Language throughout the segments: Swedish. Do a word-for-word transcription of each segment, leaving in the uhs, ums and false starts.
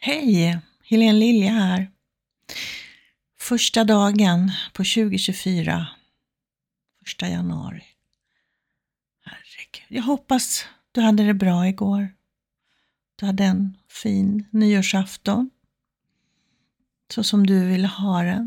Hej, Helene Lilja här. Första dagen på tjugo tjugofyra, första januari. Herregud, jag hoppas du hade det bra igår. Du hade en fin nyårsafton, så som du ville ha den.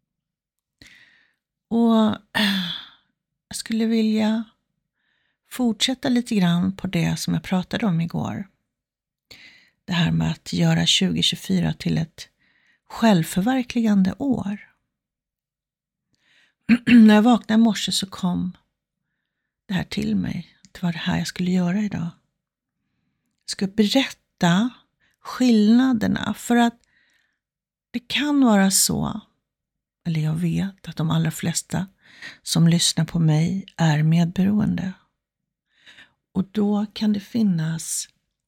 Och jag skulle vilja fortsätta lite grann på det som jag pratade om igår. Det här med att göra tjugo tjugofyra till ett självförverkligande år. När jag vaknade i morse så kom det här till mig. Det var det här jag skulle göra idag. Jag ska berätta skillnaderna, för att det kan vara så, eller jag vet att de allra flesta som lyssnar på mig är medberoende. Och då kan det finnas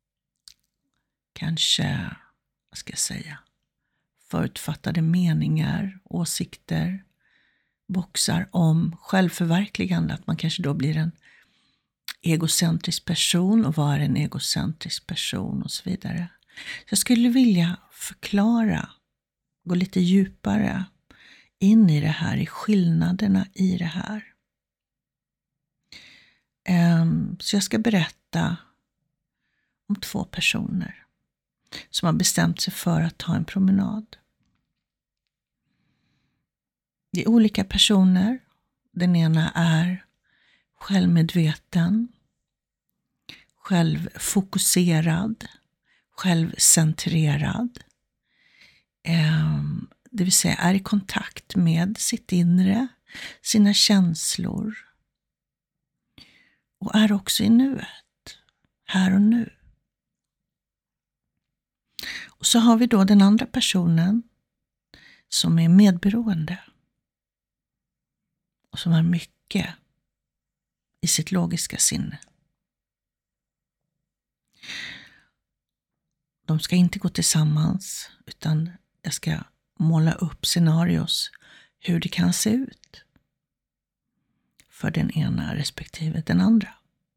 kanske, vad ska jag säga, förutfattade meningar, åsikter, boxar om självförverkligande. Att man kanske då blir en egocentrisk person, och vad är en egocentrisk person och så vidare. Så jag skulle vilja förklara, gå lite djupare in i det här, i skillnaderna i det här. Um, så jag ska berätta om två personer som har bestämt sig för att ta en promenad. Det är olika personer. Den ena är självmedveten, självfokuserad, självcentrerad. Det vill säga är i kontakt med sitt inre, sina känslor. Och är också i nuet, här och nu. Och så har vi då den andra personen som är medberoende. Och som är mycket i sitt logiska sinne. De ska inte gå tillsammans, utan jag ska måla upp scenarios hur det kan se ut för den ena respektive den andra.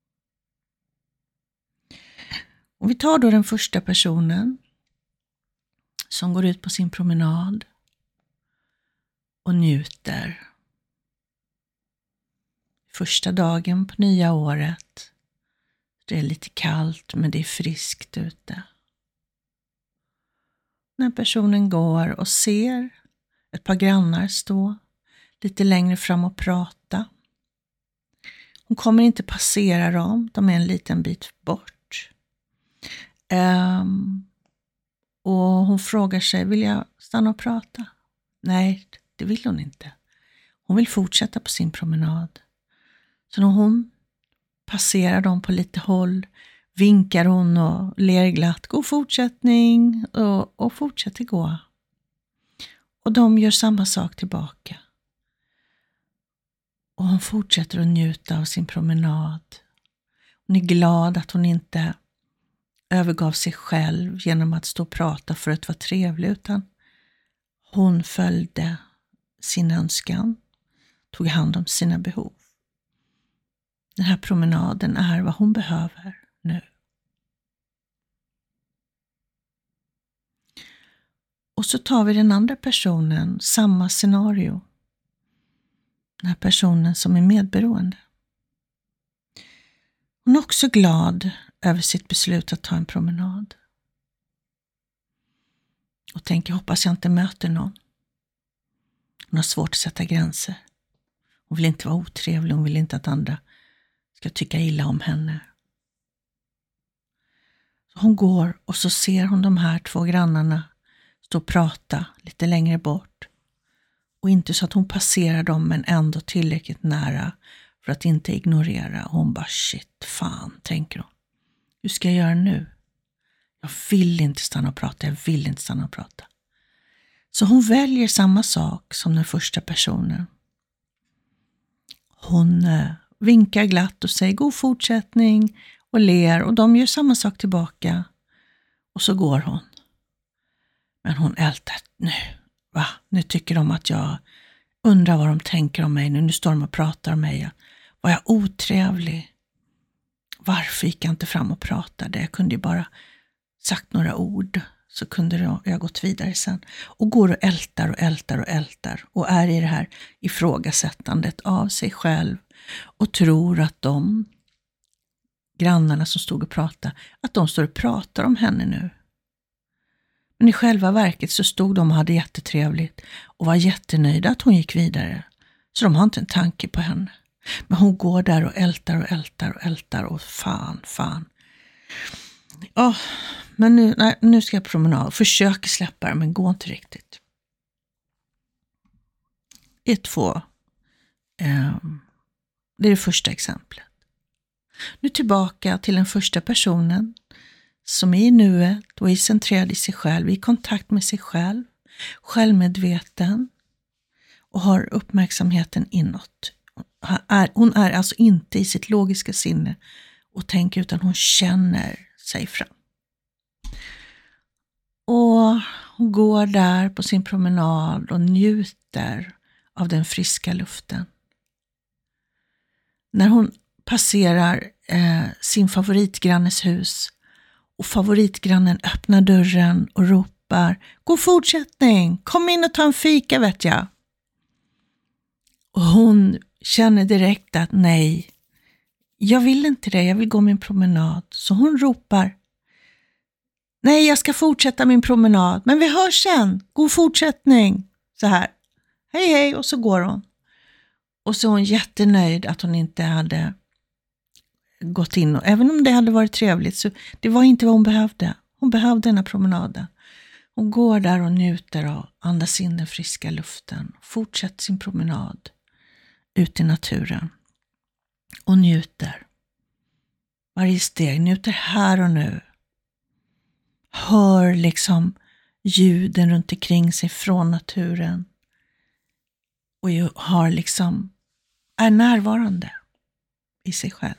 Och vi tar då den första personen som går ut på sin promenad och njuter. Första dagen på nya året. Det är lite kallt, men det är friskt ute. När personen går och ser ett par grannar stå lite längre fram och prata. Hon kommer inte passera dem, de är en liten bit bort. Um, och hon frågar sig, vill jag stanna och prata? Nej, det vill hon inte. Hon vill fortsätta på sin promenad. Så när hon passerar dem på lite håll, vinkar hon och ler glatt. God fortsättning, och, och fortsätter gå. Och de gör samma sak tillbaka. Och hon fortsätter att njuta av sin promenad. Hon är glad att hon inte övergav sig själv genom att stå och prata för att vara trevlig, utan hon följde sin önskan, tog hand om sina behov. Den här promenaden är vad hon behöver nu. Och så tar vi den andra personen, samma scenario. Den här personen som är medberoende. Hon är också glad över sitt beslut att ta en promenad. Och tänker, hoppas jag inte möter någon. Hon har svårt att sätta gränser. Hon vill inte vara otrevlig, hon vill inte att andra ska tycka illa om henne. Så hon går och så ser hon de här två grannarna stå och prata lite längre bort. Och inte så att hon passerar dem, men ändå tillräckligt nära för att inte ignorera. Och hon bara, shit, fan, tänker hon. Hur ska jag göra nu? Jag vill inte stanna och prata, jag vill inte stanna och prata. Så hon väljer samma sak som den första personen. Hon eh, vinkar glatt och säger god fortsättning och ler, och de gör samma sak tillbaka. Och så går hon. Men hon ältar, nu, va? Nu tycker de att jag undrar vad de tänker om mig nu. Nu står de och pratar om mig. Var jag otrevlig? Varför gick jag inte fram och pratade? Jag kunde ju bara sagt några ord. så kunde jag gått vidare sen. Och går och ältar och ältar och ältar. Och är i det här ifrågasättandet av sig själv. Och tror att de grannarna som stod och pratade, att de står och pratar om henne nu. Men i själva verket så stod de och hade jättetrevligt. Och var jättenöjda att hon gick vidare. Så de har inte en tanke på henne. Men hon går där och ältar och ältar och ältar. Och fan, fan. Ja, men nu, nej, nu ska jag promenad. Försöker släppa det, men går inte riktigt. Ett, två. Eh, det är det första exemplet. Nu tillbaka till den första personen. Som är i nuet och är centrerad i sig själv. I kontakt med sig själv. Självmedveten. Och har uppmärksamheten inåt. Hon är alltså inte i sitt logiska sinne och tänker, utan hon känner sig fram. Och hon går där på sin promenad och njuter av den friska luften. När hon passerar eh, sin favoritgrannes hus och favoritgrannen öppnar dörren och ropar: "God fortsättning, kom in och ta en fika, vet jag." Och hon känner direkt att nej, jag vill inte det, jag vill gå min promenad. Så hon ropar: "Nej, jag ska fortsätta min promenad, men vi hörs sen, god fortsättning." Så här, hej hej, och så går hon. Och så är hon jättenöjd att hon inte hade gått in. Och även om det hade varit trevligt, så det var inte vad hon behövde. Hon behövde den här promenaden. Hon går där och njuter av, andas in den friska luften. Fortsätter sin promenad ut i naturen. Och njuter. Varje steg, njuter här och nu. Hör liksom ljuden runt omkring sig från naturen. Och har liksom, är närvarande i sig själv.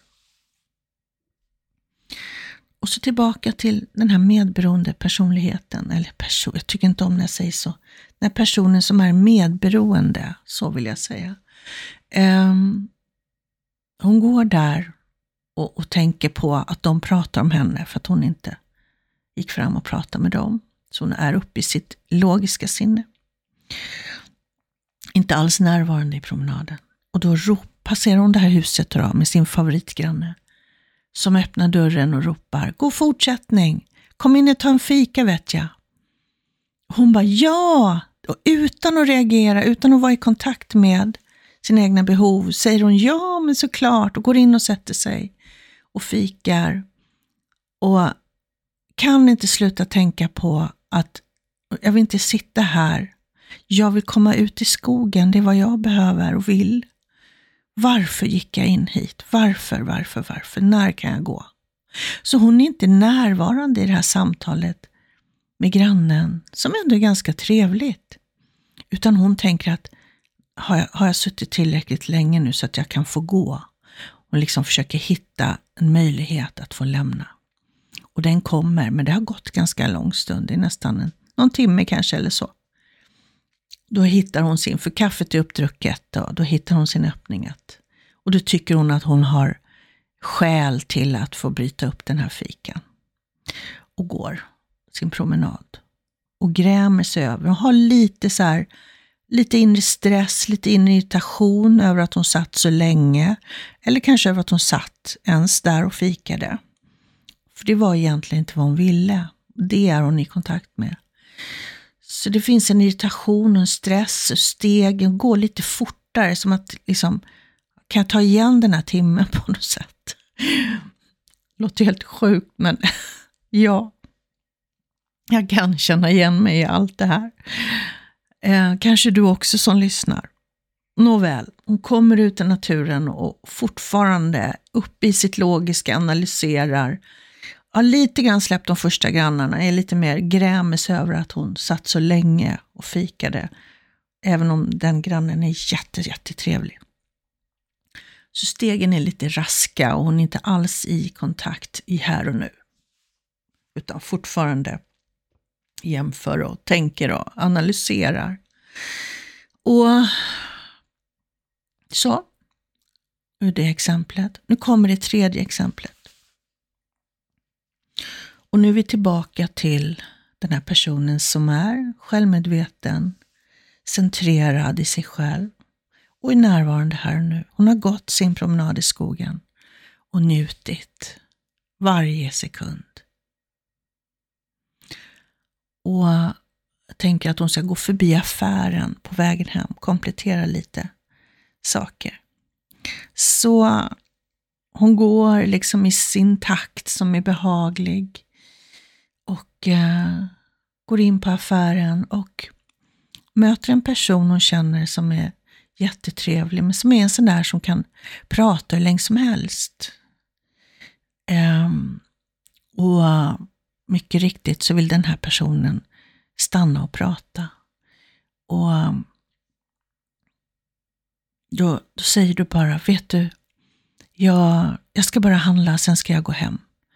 Och så tillbaka till den här medberoende personligheten. Eller person, jag tycker inte om när jag säger så. Den här personen som är medberoende, så vill jag säga. Um, hon går där och, och tänker på att de pratar om henne för att hon inte gick fram och pratade med dem. Så hon är uppe i sitt logiska sinne. Inte alls närvarande i promenaden. Och då rop, passerar hon det här huset då, med sin favoritgranne. Som öppnar dörren och ropar: "God fortsättning, kom in och ta en fika, vet jag." Hon bara ja, och utan att reagera, utan att vara i kontakt med sina egna behov, säger hon ja, men såklart, och går in och sätter sig och fikar. Och kan inte sluta tänka på att jag vill inte sitta här. Jag vill komma ut i skogen, det är vad jag behöver och vill. Varför gick jag in hit? Varför, varför, varför? När kan jag gå? Så hon är inte närvarande i det här samtalet med grannen, som ändå är ganska trevligt. Utan hon tänker att har jag, har jag suttit tillräckligt länge nu så att jag kan få gå? Och liksom försöker hitta en möjlighet att få lämna. Och den kommer, men det har gått ganska lång stund. Det är nästan en, någon timme kanske eller så. Då hittar hon sin, för kaffet är uppdrucket, och då hittar hon sin öppning. Att, och då tycker hon att hon har skäl till att få bryta upp den här fikan. Och går sin promenad. Och grämer sig över. Och har lite så här, lite inre stress, lite inre irritation över att hon satt så länge. Eller kanske över att hon satt ens där och fikade. För det var egentligen inte vad hon ville. Det är hon i kontakt med. Så det finns en irritation och en stress, och stegen går lite fortare, som att liksom, kan jag ta igen den här timmen på något sätt? Låter helt sjukt, men ja, jag kan känna igen mig i allt det här. Eh, kanske du också som lyssnar. Nåväl, hon kommer ut i naturen och fortfarande upp i sitt logiska analyserar. Har lite grann släppt de första grannarna, är lite mer grämes över att hon satt så länge och fikade. Även om den grannen är jätte, jättetrevlig. Så stegen är lite raska och hon är inte alls i kontakt i här och nu. Utan fortfarande jämför och tänker och analyserar. Och så, ur det exemplet. Nu kommer det tredje exemplet. Och nu är vi tillbaka till den här personen som är självmedveten, centrerad i sig själv och är närvarande här och nu. Hon har gått sin promenad i skogen och njutit varje sekund. Och jag tänker att hon ska gå förbi affären på vägen hem, komplettera lite saker. Så hon går liksom i sin takt som är behaglig och eh, går in på affären och möter en person hon känner som är jättetrevlig, men som är en sån där som kan prata hur länge som helst. Um, och mycket riktigt så vill den här personen stanna och prata. Och um, då, då säger du bara, vet du, jag, jag ska bara handla, sen ska jag gå hem.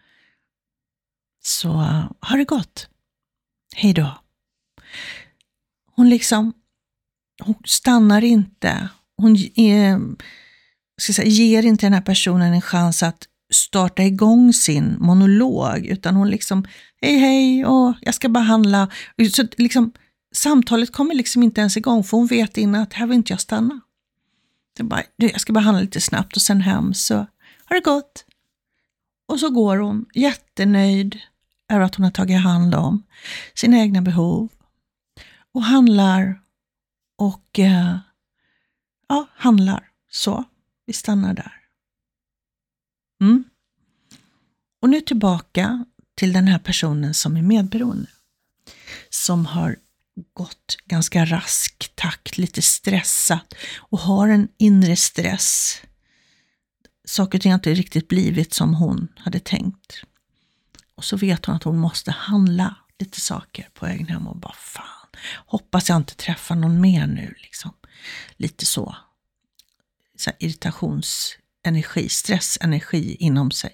Så uh, har det gått. Hej då. Hon liksom, hon stannar inte. Hon är, ska säga, ger inte den här personen en chans att starta igång sin monolog, utan hon liksom, hej hej, och jag ska bara handla. Så liksom, samtalet kommer liksom inte ens igång, för hon vet innan att här vill inte jag stanna. Det är bara, jag ska bara handla lite snabbt och sen hem, så har det gått. Och så går hon jättenöjd över att hon har tagit hand om sina egna behov och handlar och eh, ja, handlar. Så, vi stannar där. Mm. Och nu tillbaka till den här personen som är medberoende. Som har gått ganska rask takt, lite stressat och har en inre stress. Saker och ting har inte riktigt blivit som hon hade tänkt. Och så vet hon att hon måste handla lite saker på vägen hem och bara fan, hoppas jag inte träffar någon mer nu liksom. Lite så. Så här irritationsenergi, stressenergi inom sig.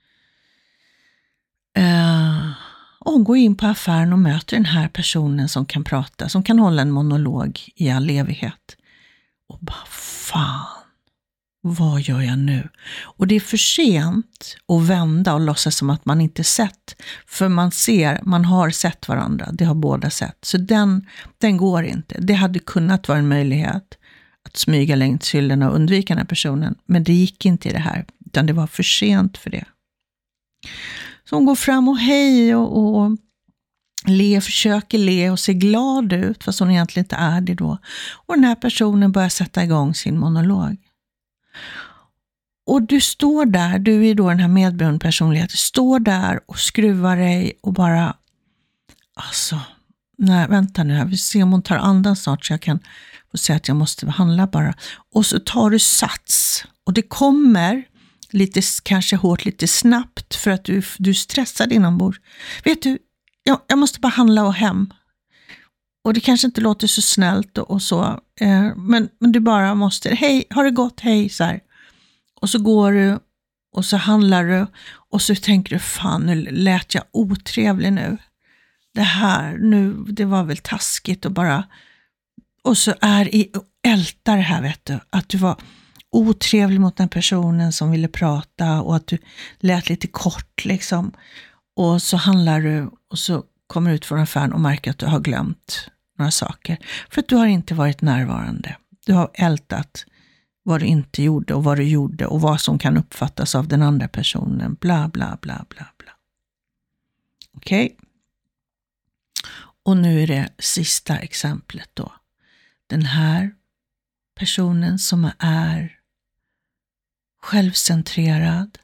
Uh, och hon går in på affären och möter den här personen som kan prata, som kan hålla en monolog i all evighet. Och bara fan, vad gör jag nu? Och det är för sent att vända och låtsas som att man inte sett. För man ser, man har sett varandra, det har båda sett. Så den, den går inte. Det hade kunnat vara en möjlighet att smyga längs hyllorna och undvika den här personen. Men det gick inte i det här, utan det var för sent för det. Så hon går fram och hej och, och le, försöker le och se glad ut, fast hon egentligen inte är det då. Och den här personen börjar sätta igång sin monolog. Och du står där, du är då den här medberoende personligheten, står där och skruvar dig och bara, alltså, nej, vänta nu, jag vill se om hon tar andan snart så jag kan få säga att jag måste handla bara. Och så tar du sats och det kommer lite, kanske hårt, lite snabbt för att du, du är stressad inombords. Vet du, jag, jag måste bara handla och hem. Och det kanske inte låter så snällt och, och så, eh, men, men du bara måste, hej, har det gått, hej, så här. Och så går du och så handlar du och så tänker du, fan, nu lät jag otrevlig nu. Det här, nu, det var väl taskigt och bara, och så är i ältar här, vet du, att du var otrevlig mot den personen som ville prata och att du lät lite kort liksom. Och så handlar du och så kommer du ut från affären och märker att du har glömt några saker. För att du har inte varit närvarande. Du har ältat vad du inte gjorde och vad du gjorde och vad som kan uppfattas av den andra personen. Bla bla bla bla bla. Okej. Okay. Och nu är det sista exemplet då. Den här personen som är självcentrerad,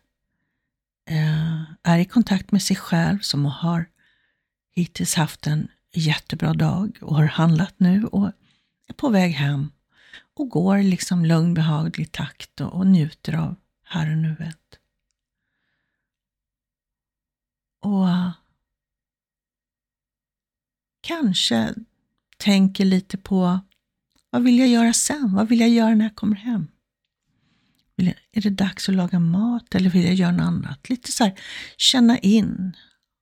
är i kontakt med sig själv, som har hittills haft en jättebra dag och har handlat nu och är på väg hem och går liksom lugn, behaglig takt och, och njuter av här och nuet. Och kanske tänker lite på, vad vill jag göra sen? Vad vill jag göra när jag kommer hem? Är det dags att laga mat eller vill jag göra något annat? Lite så här, känna in.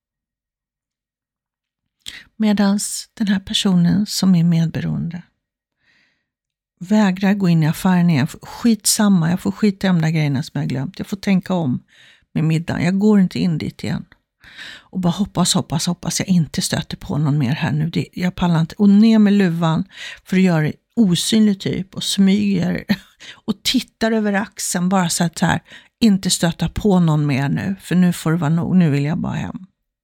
Medan den här personen som är medberoende vägrar gå in i affären igen. Skitsamma, jag får skita i de där grejerna som jag har glömt. Jag får tänka om med middagen. Jag går inte in dit igen. Och bara hoppas, hoppas, hoppas jag inte stöter på någon mer här nu. Det, jag pallar inte. Och ner med luvan för att göra det osynlig typ. Och smyger och tittar över axeln. Bara så att här, inte stöta på någon mer nu. För nu får det vara nog. Nu vill jag bara hem.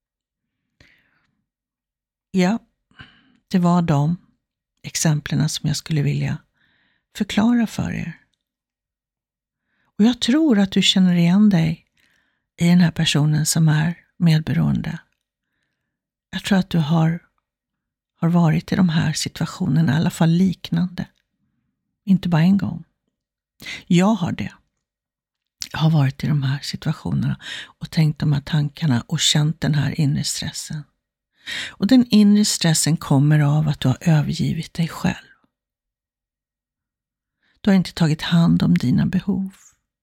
Ja, det var de exemplen som jag skulle vilja förklara för er. Och jag tror att du känner igen dig i den här personen som är medberoende. Jag tror att du har, har varit i de här situationerna, i alla fall liknande. Inte bara en gång. Jag har det. Jag har varit i de här situationerna och tänkt de här tankarna och känt den här inre stressen. Och den inre stressen kommer av att du har övergivit dig själv. Du har inte tagit hand om dina behov.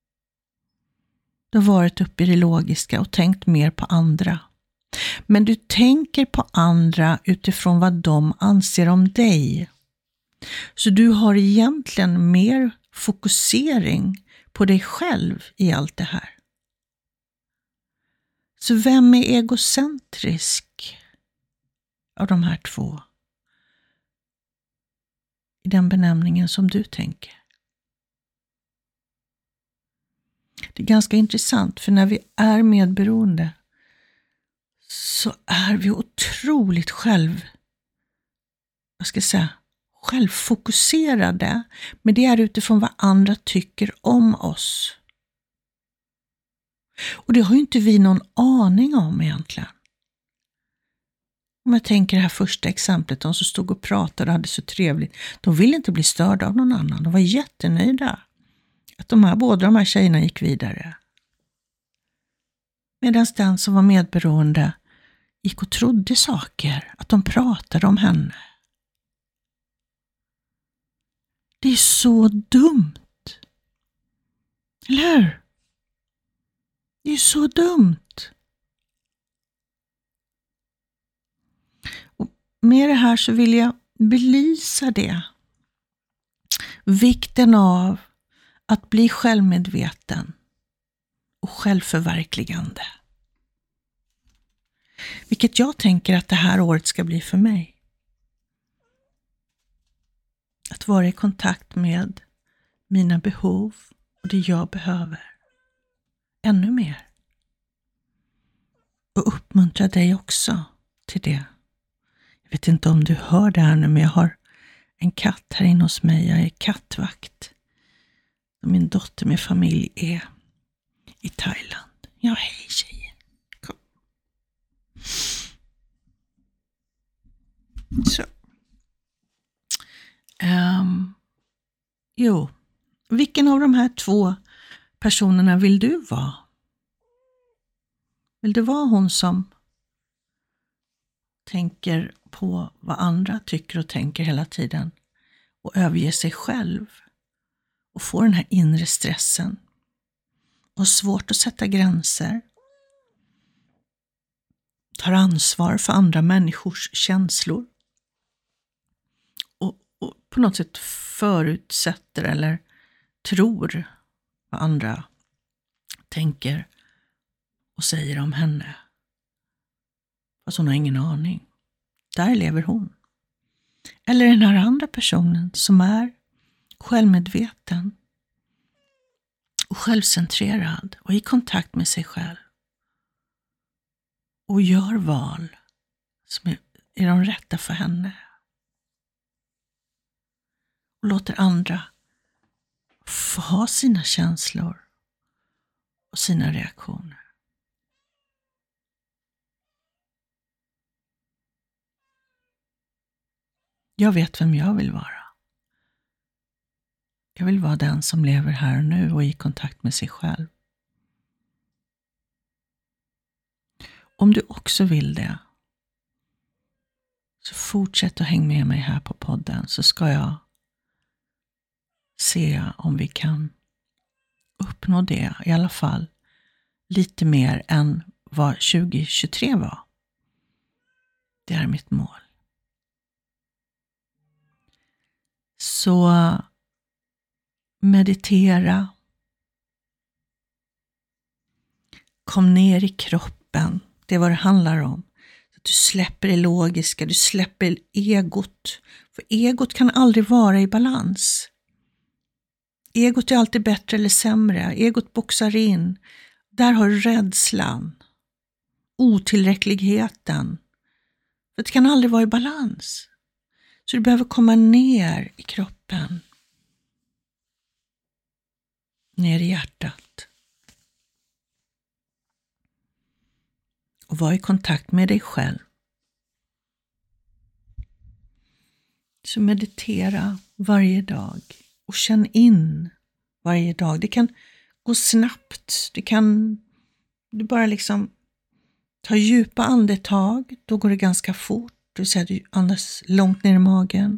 Du har varit uppe i det logiska och tänkt mer på andra. Men du tänker på andra utifrån vad de anser om dig. Så du har egentligen mer fokusering på dig själv i allt det här. Så vem är egocentrisk av de här två? I den benämningen som du tänker. Det är ganska intressant, för när vi är medberoende så är vi otroligt själv, vad ska jag säga, självfokuserade. Men det är utifrån vad andra tycker om oss. Och det har ju inte vi någon aning om egentligen. Om jag tänker det här första exemplet, de som stod och pratade och hade så trevligt. De ville inte bli störda av någon annan. De var jättenöjda att de här, båda de här tjejerna gick vidare. Medan den som var medberoende gick och trodde saker, att de pratade om henne. Det är så dumt. Eller hur? Det är så dumt. Och med det här så vill jag belysa det. Vikten av att bli självmedveten och självförverkligande. Vilket jag tänker att det här året ska bli för mig. Att vara i kontakt med mina behov och det jag behöver. Ännu mer. Och uppmuntra dig också till det. Jag vet inte om du hör det här nu, men jag har en katt här inne hos mig. Jag är kattvakt. Och min dotter med familj är i Thailand. Ja, hej tjejer. Kom. Så. Um, jo, vilken av de här två personerna vill du vara? Vill du vara hon som tänker på vad andra tycker och tänker hela tiden och överger sig själv och får den här inre stressen och svårt att sätta gränser, tar ansvar för andra människors känslor och, och på något sätt förutsätter eller tror vad andra tänker och säger om henne. Fast hon har ingen aning. Där lever hon. Eller den här andra personen som är självmedveten och självcentrerad och i kontakt med sig själv. Och gör val som är, är de rätta för henne. Och låter andra få ha sina känslor och sina reaktioner. Jag vet vem jag vill vara. Jag vill vara den som lever här och nu och i kontakt med sig själv. Om du också vill det, så fortsätt att hänga med mig här på podden, så ska jag se om vi kan uppnå det, i alla fall lite mer än vad tjugo tjugotre var. Det är mitt mål. Så meditera. Kom ner i kroppen. det är vad det handlar om. Att du släpper det logiska, du släpper egot. För egot kan aldrig vara i balans. Egot är alltid bättre eller sämre. Egot boxar in. Där har du rädslan. Otillräckligheten. För det kan aldrig vara i balans. Så du behöver komma ner i kroppen. Ner i hjärtat. Och vara i kontakt med dig själv. Så meditera varje dag. Och känn in varje dag. Det kan gå snabbt. Det kan du bara liksom ta djupa andetag. Då går det ganska fort. Du ser att du andas långt ner i magen.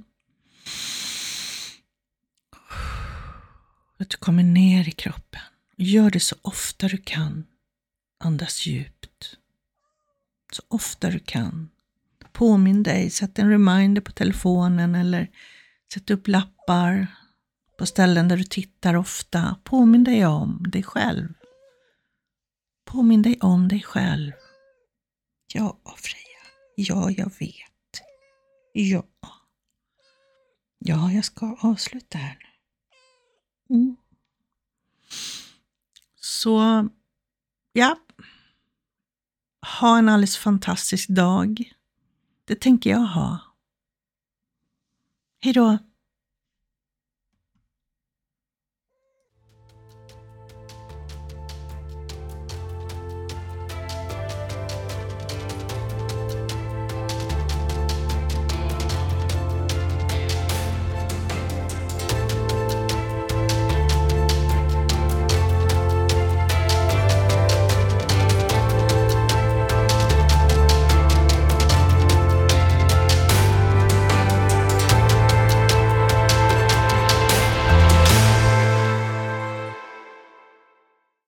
Att du kommer ner i kroppen. Gör det så ofta du kan. Andas djupt. Så ofta du kan. Påminn dig. Sätt en reminder på telefonen. Eller sätt upp lappar på ställen där du tittar ofta. Påminn dig om dig själv. Påminn dig om dig själv. Ja, Freja. Ja, jag vet. Ja. Ja, jag ska avsluta här nu. Mm. Så, ja. Ha en alldeles fantastisk dag. Det tänker jag ha. Hej då.